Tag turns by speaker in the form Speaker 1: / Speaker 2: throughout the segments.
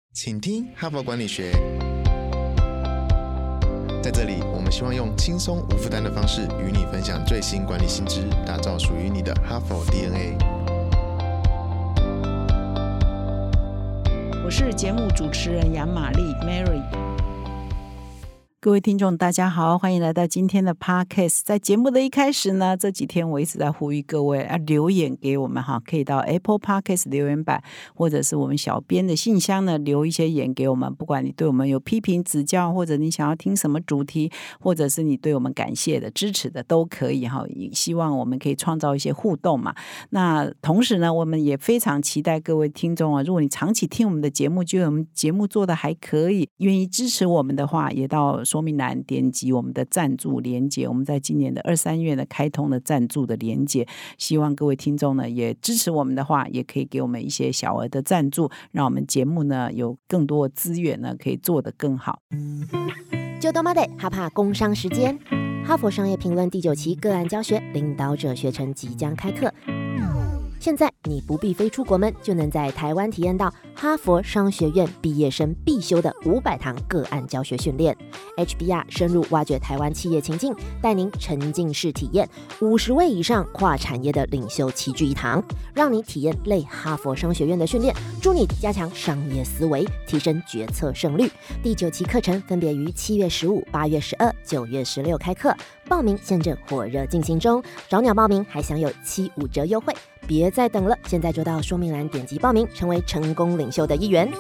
Speaker 1: 请听哈佛管理学。在这里，我们希望用轻松无负担的方式与你分享最新管理新知，打造属于你的哈佛 DNA。
Speaker 2: 我是节目主持人杨玛丽 Mary。各位听众大家好，欢迎来到今天的 Podcast。 在节目的一开始呢，这几天我一直在呼吁各位留言给我们可以到 Apple Podcast 留言板，或者是我们小编的信箱呢留一些言给我们，不管你对我们有批评指教，或者你想要听什么主题，或者是你对我们感谢的支持的都可以希望我们可以创造一些互动嘛。那同时呢，我们也非常期待各位听众如果你长期听我们的节目，觉得我们节目做的还可以，愿意支持我们的话，也到说明栏点击我们的赞助连结，我们在今年的2、3月呢开通了赞助的连结，希望各位听众呢也支持我们的话，也可以给我们一些小额的赞助，让我们节目呢有更多的资源呢可以做得更好。
Speaker 3: 就多妈得哈帕工商时间，哈佛商业评论第9期个案教学领导者学程即将开课。现在你不必飞出国门，就能在台湾体验到哈佛商学院毕业生必修的500堂个案教学训练。HBR 深入挖掘台湾企业情境，带您沉浸式体验50位以上跨产业的领袖齐聚一堂，让你体验类哈佛商学院的训练，助你加强商业思维，提升决策胜率。第9期课程分别于7月15、8月12、9月16开课，报名现正火热进行中，早鸟报名还享有75折优惠，别再等了，现在就到说明栏点击报名，成为成功领袖的一员。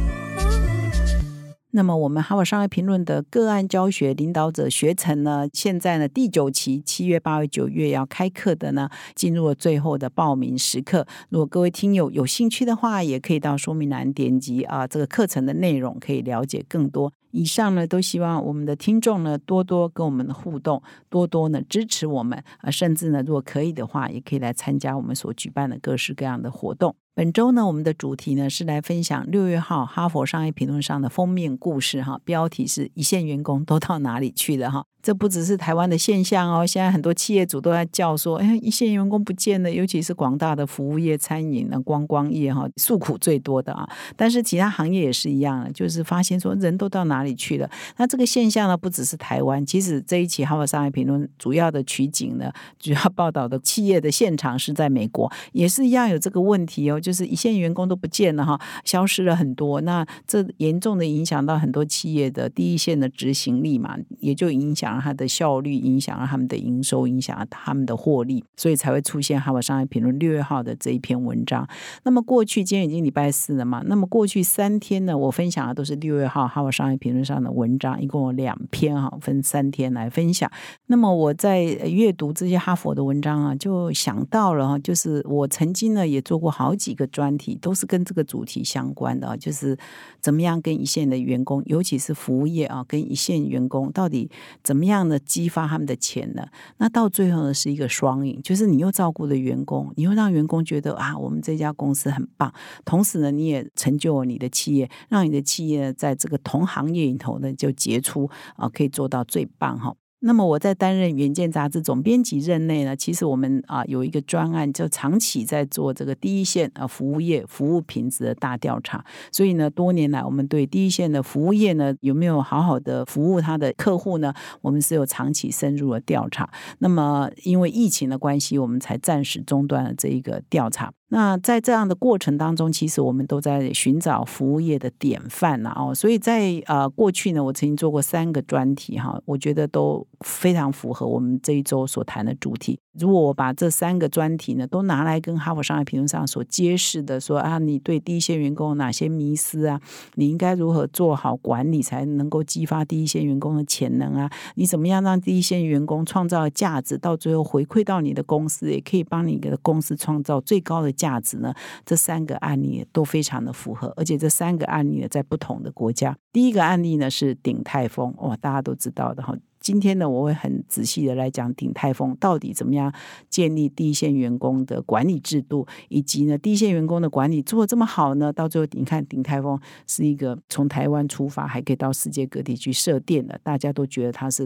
Speaker 2: 那么我们哈佛商业评论的个案教学领导者学程呢，现在呢第9期7月、8月、9月要开课的呢，进入了最后的报名时刻。如果各位听友有兴趣的话，也可以到说明栏点击这个课程的内容，可以了解更多。以上呢，都希望我们的听众呢多多跟我们的互动，多多呢支持我们，甚至呢如果可以的话，也可以来参加我们所举办的各式各样的活动。本周呢，我们的主题呢是来分享6月号哈佛商业评论上的封面故事标题是一线员工都到哪里去了这不只是台湾的现象现在很多企业主都在叫说一线员工不见了，尤其是广大的服务业、餐饮观光业诉苦最多的但是其他行业也是一样就是发现说人都到哪里去了。那这个现象呢不只是台湾，其实这一期哈佛商业评论主要的取景呢，主要报道的企业的现场是在美国，也是一样有这个问题就是一线员工都不见了消失了很多。那这严重的影响到很多企业的第一线的执行力嘛，也就影响了它的效率，影响了他们的营收，影响了他们的获利，所以才会出现哈佛商业评论6月号的这一篇文章。那么过去今天已经礼拜4了嘛，那么过去3天呢，我分享的都是6月号哈佛商业评论上的文章，一共有2篇分3天来分享。那么我在阅读这些哈佛的文章就想到了就是我曾经呢也做过好几个专题，都是跟这个主题相关的就是怎么样跟一线的员工，尤其是服务业跟一线员工到底怎么样的激发他们的潜能。那到最后呢是一个双赢，就是你又照顾了员工，你又让员工觉得我们这家公司很棒，同时呢你也成就了你的企业，让你的企业在这个同行业里头呢就杰出可以做到最棒那么我在担任《远见》杂志总编辑任内呢，其实我们有一个专案，就长期在做这个第一线服务业服务品质的大调查。所以呢，多年来我们对第一线的服务业呢有没有好好的服务他的客户呢，我们是有长期深入的调查。那么因为疫情的关系，我们才暂时中断了这一个调查。那在这样的过程当中，其实我们都在寻找服务业的典范所以在过去呢，我曾经做过3个专题我觉得都非常符合我们这一周所谈的主题。如果我把这3个专题呢都拿来跟哈佛商业评论上所揭示的说你对第一线员工有哪些迷思你应该如何做好管理才能够激发第一线员工的潜能你怎么样让第一线员工创造价值，到最后回馈到你的公司，也可以帮你的公司创造最高的价值呢？这3个案例都非常的符合，而且这3个案例呢在不同的国家。第一个案例呢是鼎泰丰大家都知道的今天呢，我会很仔细的来讲鼎泰丰到底怎么样建立第一线员工的管理制度，以及呢第一线员工的管理做得这么好呢，到最后你看鼎泰丰是一个从台湾出发还可以到世界各地去设店的，大家都觉得它是对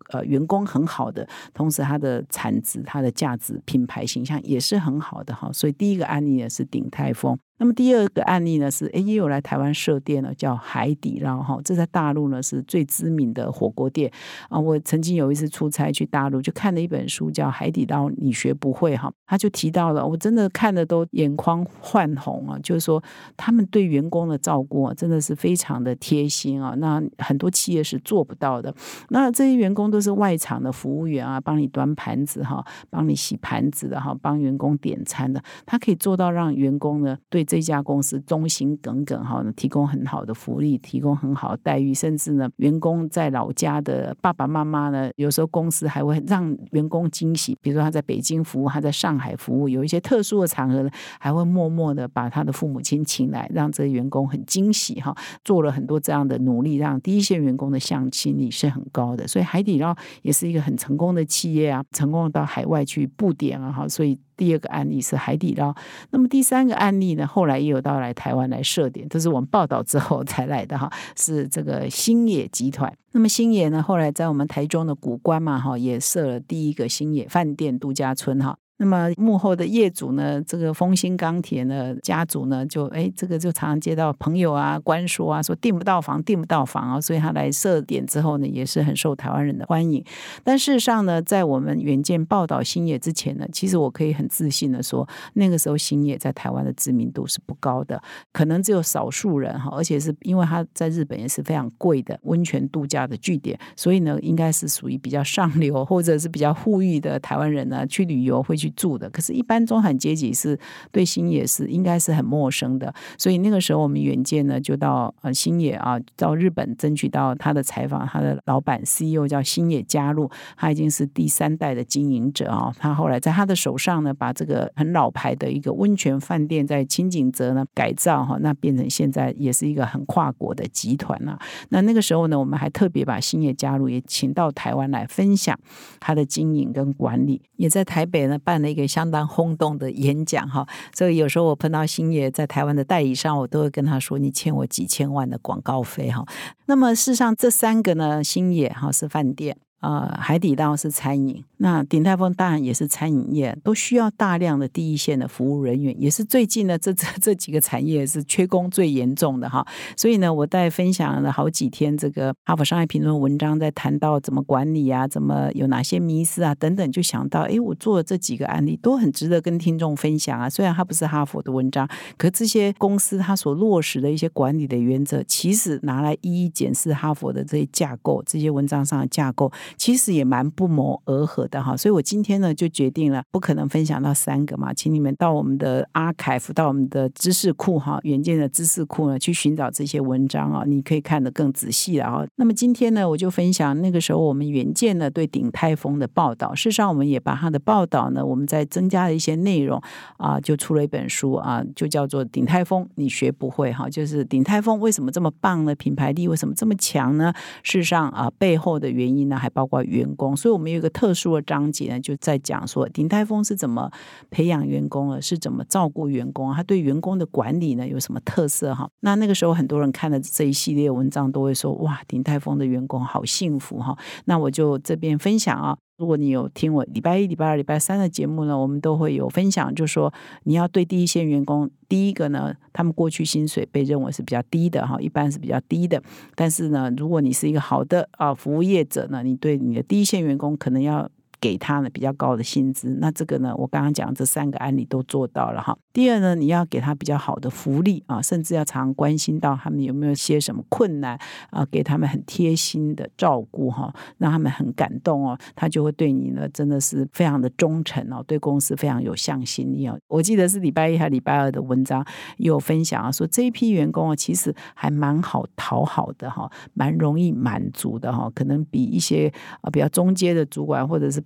Speaker 2: 员工很好的，同时它的产值、它的价值、品牌形象也是很好的哈。所以第一个案例呢是鼎泰丰。那么第二个案例呢是也有来台湾设店了，叫海底捞哈，这在大陆呢是最知名的火锅店啊。我曾经有一次出差去大陆，就看了一本书叫《海底捞你学不会》哈，他就提到了，我真的看的都眼眶泛红啊，就是说他们对员工的照顾真的是非常的贴心啊，那很多企业是做不到的。那这些员工都是外场的服务员啊，帮你端盘子哈，帮你洗盘子的哈，帮员工点餐的，他可以做到让员工呢对这家公司忠心耿耿哈，提供很好的福利，提供很好的待遇，甚至呢，员工在老家的爸爸妈妈呢，有时候公司还会让员工惊喜，比如说他在北京服务，他在上海服务，有一些特殊的场合呢，还会默默的把他的父母亲请来，让这个员工很惊喜哈，做了很多这样的努力，让第一线员工的向心力是很高的。所以海底捞也是一个很成功的企业啊，成功到海外去布点啊哈，所以第二个案例是海底捞。那么第三个案例呢，后来也有到来台湾来设点，这是我们报道之后才来的哈，是这个星野集团。那么星野呢，后来在我们台中的谷关嘛哈，也设了第一个星野饭店度假村哈。那么幕后的业主呢，这个丰兴钢铁呢家族呢，这个就常常接到朋友啊关说啊，说订不到房啊，所以他来设点之后呢，也是很受台湾人的欢迎。但事实上呢，在我们远见报道星野之前呢，其实我可以很自信的说，那个时候星野在台湾的知名度是不高的，可能只有少数人哈，而且是因为他在日本也是非常贵的温泉度假的据点，所以呢，应该是属于比较上流或者是比较富裕的台湾人呢，去旅游会去住的。可是一般中产阶级是对星野是应该是很陌生的，所以那个时候我们远见呢就到星野啊，到日本争取到他的采访，他的老板 CEO 叫星野加入，他已经是第3代的经营者啊。他后来在他的手上呢，把这个很老牌的一个温泉饭店在清景泽呢改造哈，那变成现在也是一个很跨国的集团啊。那个时候呢，我们还特别把星野加入也请到台湾来分享他的经营跟管理，也在台北呢办了一个相当轰动的演讲哈。所以有时候我碰到星野在台湾的代理商，我都会跟他说，你欠我几千万的广告费哈。那么事实上这3个呢，星野哈是饭店，海底捞是餐饮，那鼎泰丰当然也是餐饮业，都需要大量的第一线的服务人员，也是最近呢这几个产业是缺工最严重的哈。所以呢，我在分享了好几天这个哈佛商业评论文章，在谈到怎么管理啊，怎么有哪些迷思啊等等，就想到我做的这几个案例都很值得跟听众分享啊。虽然它不是哈佛的文章，可这些公司它所落实的一些管理的原则，其实拿来一一检视哈佛的这些架构，这些文章上的架构其实也蛮不谋而合的哈。所以我今天呢就决定了，不可能分享到3个嘛，请你们到我们的 archive， 到我们的知识库哈，远见的知识库呢去寻找这些文章啊，你可以看得更仔细了啊。那么今天呢，我就分享那个时候我们远见呢对鼎泰丰的报道。事实上，我们也把他的报道呢，我们再增加了一些内容啊，就出了一本书啊，就叫做《鼎泰丰你学不会》哈，就是鼎泰丰为什么这么棒呢？品牌力为什么这么强呢？事实上啊，背后的原因呢，还包括员工。所以我们有一个特殊的章节呢，就在讲说鼎泰丰是怎么培养员工了，是怎么照顾员工，他对员工的管理呢有什么特色哈。那个时候很多人看了这一系列文章都会说，哇，鼎泰丰的员工好幸福哈。那我就这边分享啊，如果你有听我礼拜1、礼拜2、礼拜3的节目呢，我们都会有分享，就是说你要对第一线员工，第一个呢，他们过去薪水被认为是比较低的哈，一般是比较低的。但是呢，如果你是一个好的服务业者呢，你对你的第一线员工可能要给他呢比较高的薪资，那这个呢，我刚刚讲这3个案例都做到了哈。第二呢，你要给他比较好的福利啊，甚至要常关心到他们有没有些什么困难啊，给他们很贴心的照顾哈，让他们很感动哦，他就会对你呢真的是非常的忠诚哦，对公司非常有向心力哦。我记得是礼拜1还礼拜2的文章也有分享啊，说这一批员工其实还蛮好讨好的哈，蛮容易满足的哈，可能比一些比较中阶的主管或者是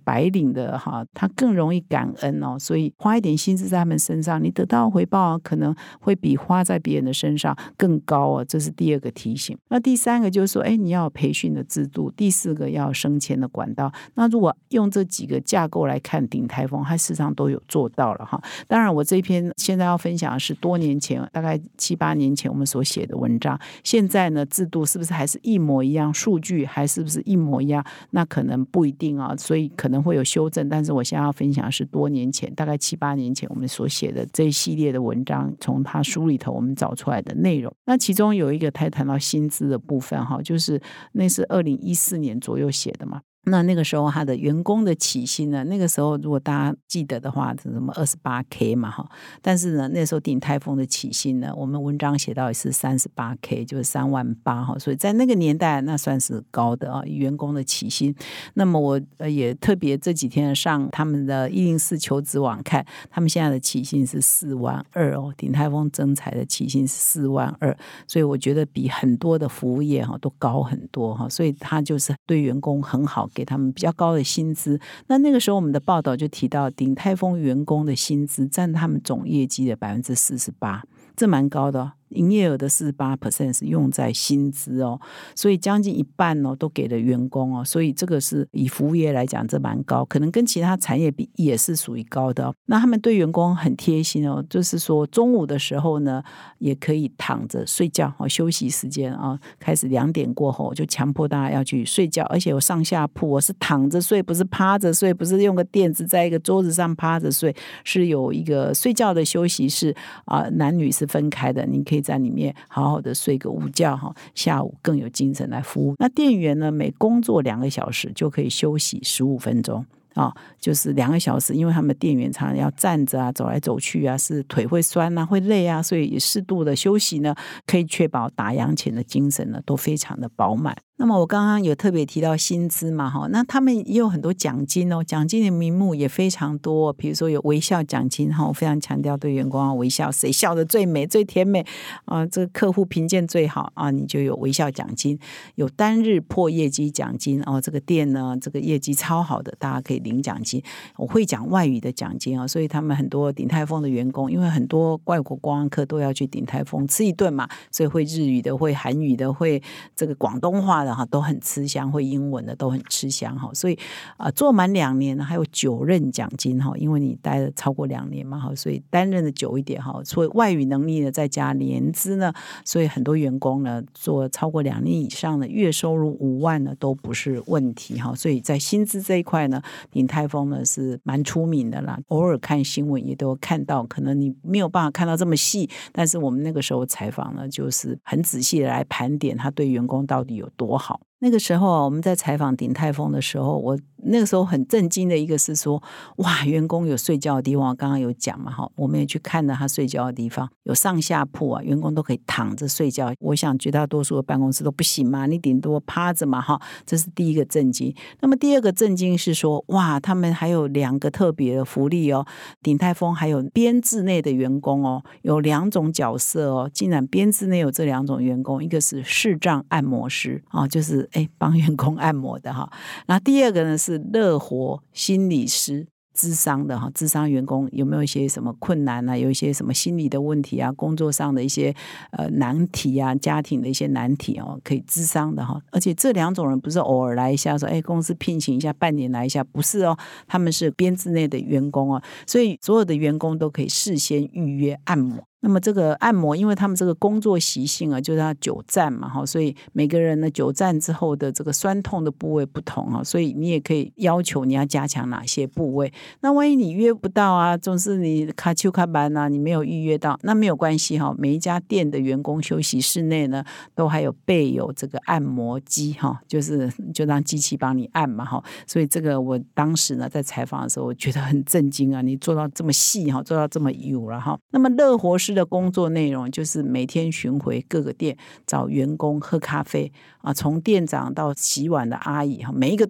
Speaker 2: 白领的哈，他更容易感恩哦，所以花一点心思在他们身上，你得到的回报可能会比花在别人的身上更高哦，这是第二个提醒。那第三个就是说，你要有培训的制度，第四个要有升迁的管道。那如果用这几个架构来看，鼎泰丰它事实上都有做到了哈。当然，我这篇现在要分享的是多年前，大概7、8年前我们所写的文章。现在呢，制度是不是还是一模一样？数据还是不是一模一样？那可能不一定啊，所以可能会有修正。但是我现在要分享的是多年前，大概7、8年前我们所写的这一系列的文章，从他书里头我们找出来的内容。那其中有一个他谈到薪资的部分哈，就是那是2014年左右写的嘛。那个时候他的员工的起薪呢，那个时候如果大家记得的话是什么 28K 嘛哈，但是呢那时候鼎泰丰的起薪呢，我们文章写到也是 38K， 就是38000哈，所以在那个年代那算是高的啊，员工的起薪。那么我也特别这几天上他们的104求职网看，他们现在的起薪是42000哦，鼎泰丰征才的起薪是42000，所以我觉得比很多的服务业哈都高很多哈，所以他就是对员工很好，给他们比较高的薪资。那个时候我们的报道就提到，鼎泰丰员工的薪资占他们总业绩的48%，这蛮高的哦。营业额的48% 是用在薪资哦，所以将近一半哦都给了员工哦，所以这个是以服务业来讲这蛮高，可能跟其他产业比也是属于高的哦。那他们对员工很贴心哦，就是说中午的时候呢也可以躺着睡觉哦，休息时间啊，开始2点过后就强迫大家要去睡觉，而且有上下铺，我是躺着睡，不是趴着睡，不是用个垫子在一个桌子上趴着睡，是有一个睡觉的休息室啊，男女是分开的，你可以在里面好好的睡个午觉哈，下午更有精神来服务。那店员呢，每工作2个小时就可以休息15分钟。就是2个小时，因为他们店员常常要站着啊，走来走去啊，是腿会酸啊，会累啊，所以适度的休息呢，可以确保打烊前的精神呢都非常的饱满。那么我刚刚有特别提到薪资嘛，那他们也有很多奖金哦，奖金的名目也非常多，比如说有微笑奖金，我非常强调对员工要微笑，谁笑得最美最甜美这个客户评鉴最好你就有微笑奖金，有单日破业绩奖金这个店呢这个业绩超好的，大家可以领奖金，我会讲外语的奖金所以他们很多鼎泰丰的员工，因为很多外国观光客都要去鼎泰丰吃一顿嘛，所以会日语的，会韩语的，会这个广东话的都很吃香，会英文的都很吃香所以做满2年还有9任奖金因为你待了超过2年嘛所以担任的久一点所以外语能力呢再加年资呢，所以很多员工呢做超过2年以上的月收入5万呢都不是问题所以在薪资这一块呢，鼎泰丰呢是蛮出名的啦，偶尔看新闻也都看到，可能你没有办法看到这么细，但是我们那个时候采访呢就是很仔细的来盘点他对员工到底有多好。那个时候我们在采访鼎泰丰的时候，我那个时候很震惊的一个是说，哇，员工有睡觉的地方，我刚刚有讲嘛我们也去看了他睡觉的地方，有上下铺员工都可以躺着睡觉，我想绝大多数的办公室都不行嘛，你顶多趴着嘛这是第一个震惊。那么第二个震惊是说，哇，他们还有2个特别的福利鼎泰丰还有编制内的员工有2种角色竟然编制内有这2种员工，一个是视障按摩师就是帮员工按摩的然后第二个呢是乐活心理师，諮商的諮商员工有没有一些什么困难有一些什么心理的问题工作上的一些难题家庭的一些难题可以諮商的而且这2种人不是偶尔来一下说公司聘请一下半年来一下，不是他们是编制内的员工所以所有的员工都可以事先预约按摩。那么这个按摩因为他们这个工作习性就是要久站嘛所以每个人呢久站之后的这个酸痛的部位不同所以你也可以要求你要加强哪些部位。那万一你约不到总是你卡丘卡班你没有预约到，那没有关系每一家店的员工休息室内呢都还有备有这个按摩机就让机器帮你按嘛所以这个我当时呢在采访的时候我觉得很震惊你做到这么细做到这么有了那么乐活师的工作内容就是每天巡回各个店找员工喝咖啡从店长到洗碗的阿姨每一个都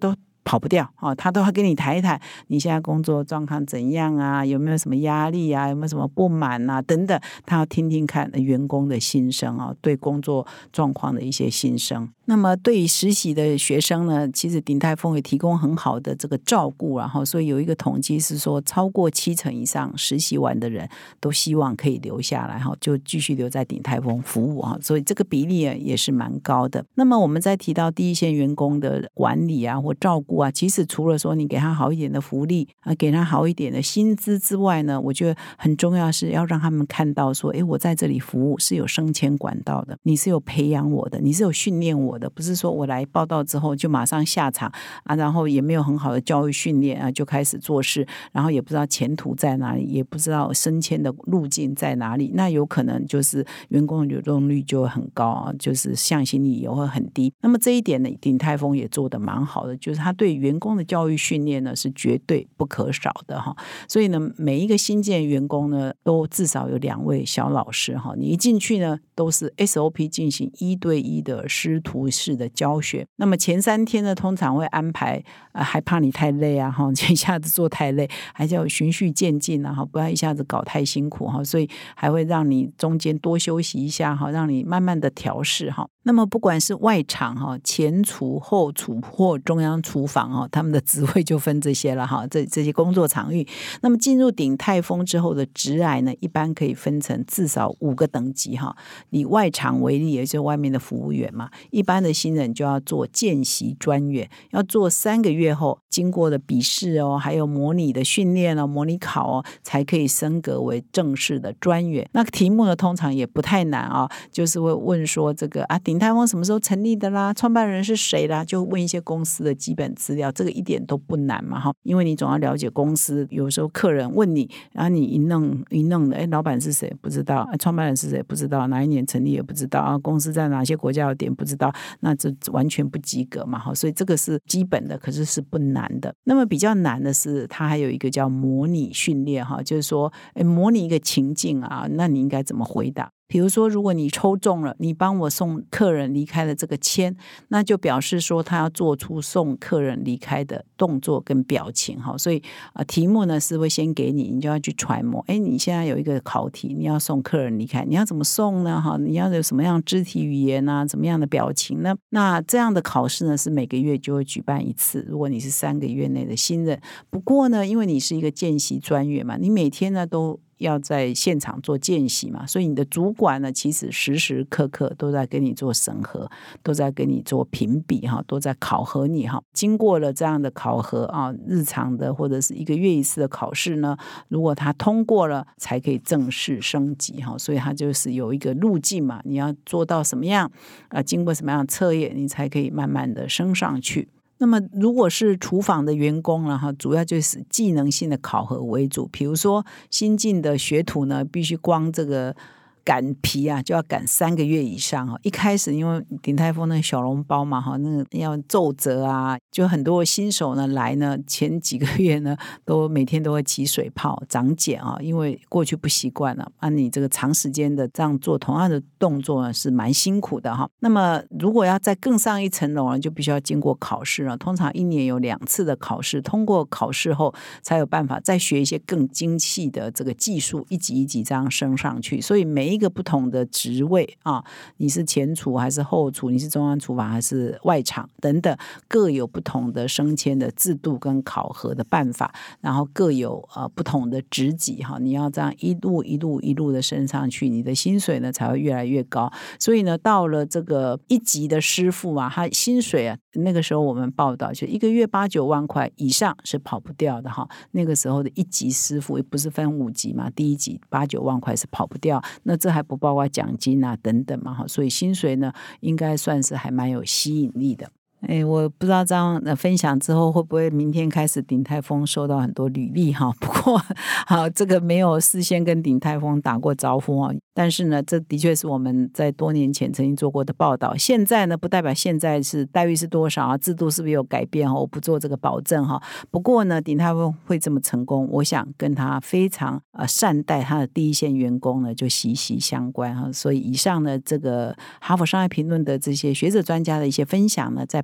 Speaker 2: 跑不掉他都会跟你谈一谈你现在工作状况怎样啊，有没有什么压力啊，有没有什么不满啊等等，他要听听看员工的心声对工作状况的一些心声。那么对于实习的学生呢，其实鼎泰丰也提供很好的这个照顾，然后所以有一个统计是说超过70%以上实习完的人都希望可以留下来就继续留在鼎泰丰服务所以这个比例也是蛮高的。那么我们在提到第一线员工的管理啊或照顾啊，其实除了说你给他好一点的福利给他好一点的薪资之外呢，我觉得很重要是要让他们看到说我在这里服务是有升迁管道的，你是有培养我的，你是有训练我的，不是说我来报道之后就马上下场然后也没有很好的教育训练就开始做事，然后也不知道前途在哪里，也不知道升迁的路径在哪里，那有可能就是员工的流动率就会很高就是向心力也会很低。那么这一点呢，鼎泰丰也做得蛮好的，就是他对员工的教育训练呢是绝对不可少的所以呢每一个新进员工呢都至少有2位小老师你一进去呢都是 SOP 进行1对1的师徒式的教学。那么前3天呢通常会安排还怕你太累一下子做太累，还是要循序渐进不要一下子搞太辛苦所以还会让你中间多休息一下让你慢慢的调试那么不管是外场前厨后厨或中央厨房他们的职位就分这些了这些工作场域。那么进入鼎泰丰之后的职涯呢，一般可以分成至少5个等级以外场为例，也就是外面的服务员嘛，一般的新人就要做见习专员，要做3个月后经过的笔试还有模拟的训练模拟考才可以升格为正式的专员。那题目呢通常也不太难就是会问说这个鼎泰丰什么时候成立的啦，创办人是谁啦，就问一些公司的基本资料，这个一点都不难嘛因为你总要了解公司，有时候客人问你，然后你一弄的老板是谁不知道，创办人是谁不知道，哪一年成立也不知道公司在哪些国家有点不知道，那这完全不及格嘛所以这个是基本的，可是是不难的。那么比较难的是它还有一个叫模拟训练就是说模拟一个情境那你应该怎么回答。比如说如果你抽中了，你帮我送客人离开了这个签，那就表示说他要做出送客人离开的动作跟表情所以题目呢是会先给你，你就要去揣摩你现在有一个考题，你要送客人离开，你要怎么送呢你要有什么样肢体语言怎么样的表情呢？那这样的考试呢是每个月就会举办1次，如果你是3个月内的新人。不过呢因为你是一个见习专员嘛，你每天呢都要在现场做见习嘛，所以你的主管呢其实时时刻刻都在跟你做审核，都在跟你做评比都在考核你经过了这样的考核日常的或者是1个月1次的考试呢，如果他通过了才可以正式升级所以他就是有一个路径嘛，你要做到什么样经过什么样的测验，你才可以慢慢的升上去。那么如果是厨房的员工主要就是技能性的考核为主，比如说新进的学徒呢必须光这个擀皮就要擀3个月以上一开始因为鼎泰丰那个小笼包嘛那个要皱褶就很多新手呢来呢前几个月呢都每天都会起水泡长茧因为过去不习惯了你这个长时间的这样做同样的动作呢是蛮辛苦的那么如果要再更上一层楼呢，就必须要经过考试了，通常1年有2次的考试，通过考试后才有办法再学一些更精细的这个技术，一级一级这样升上去。所以每一个不同的职位你是前厨还是后厨，你是中央厨房还是外场等等，各有不同的升迁的制度跟考核的办法，然后各有不同的职级你要这样一路的升上去，你的薪水呢才会越来越高。所以呢到了这个1级的师傅他薪水那个时候我们报道就1个月8、9万块以上是跑不掉的那个时候的1级师傅也不是分5级嘛，第1级8、9万块是跑不掉，那这还不包括奖金等等嘛所以薪水呢应该算是还蛮有吸引力的。我不知道这样分享之后会不会明天开始鼎泰丰收到很多履历不过这个没有事先跟鼎泰丰打过招呼但是呢这的确是我们在多年前曾经做过的报道，现在呢不代表现在是待遇是多少制度是不是有改变我不做这个保证不过呢鼎泰丰会这么成功，我想跟他非常善待他的第一线员工呢就息息相关所以以上呢这个哈佛商业评论的这些学者专家的一些分享呢，在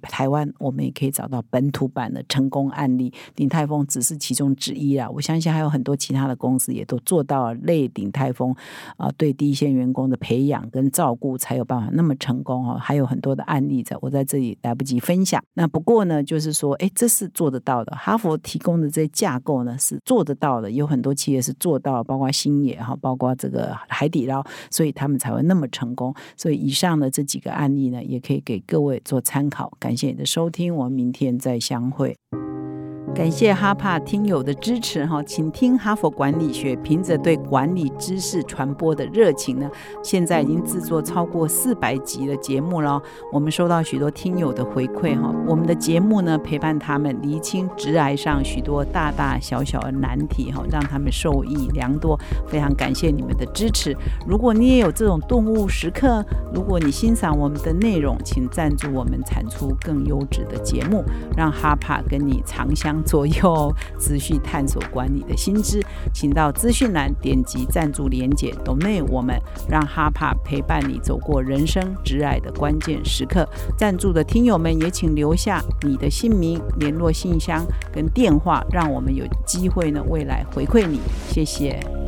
Speaker 2: 台湾我们也可以找到本土版的成功案例，鼎泰丰只是其中之一啦，我相信还有很多其他的公司也都做到了类鼎泰丰对第一线员工的培养跟照顾才有办法那么成功还有很多的案例我在这里来不及分享。那不过呢就是说这是做得到的，哈佛提供的这些架构呢是做得到的，有很多企业是做到，包括星野包括这个海底捞，所以他们才会那么成功。所以以上的这几个案例呢也可以给各位做参考。感谢你的收听，我们明天再相会。感谢哈帕听友的支持请听哈佛管理学凭着对管理知识传播的热情呢，现在已经制作超过400集的节目了。我们收到许多听友的回馈我们的节目呢陪伴他们厘清职涯上许多大大小小的难题让他们受益良多，非常感谢你们的支持。如果你也有这种顿悟时刻，如果你欣赏我们的内容，请赞助我们产出更优质的节目，让哈帕跟你长相左右，持续探索管理的新知。请到资讯栏点击赞助连结，donate我们，让哈帕陪伴你走过人生职涯的关键时刻。赞助的听友们也请留下你的姓名、联络信箱跟电话，让我们有机会呢未来回馈你。谢谢。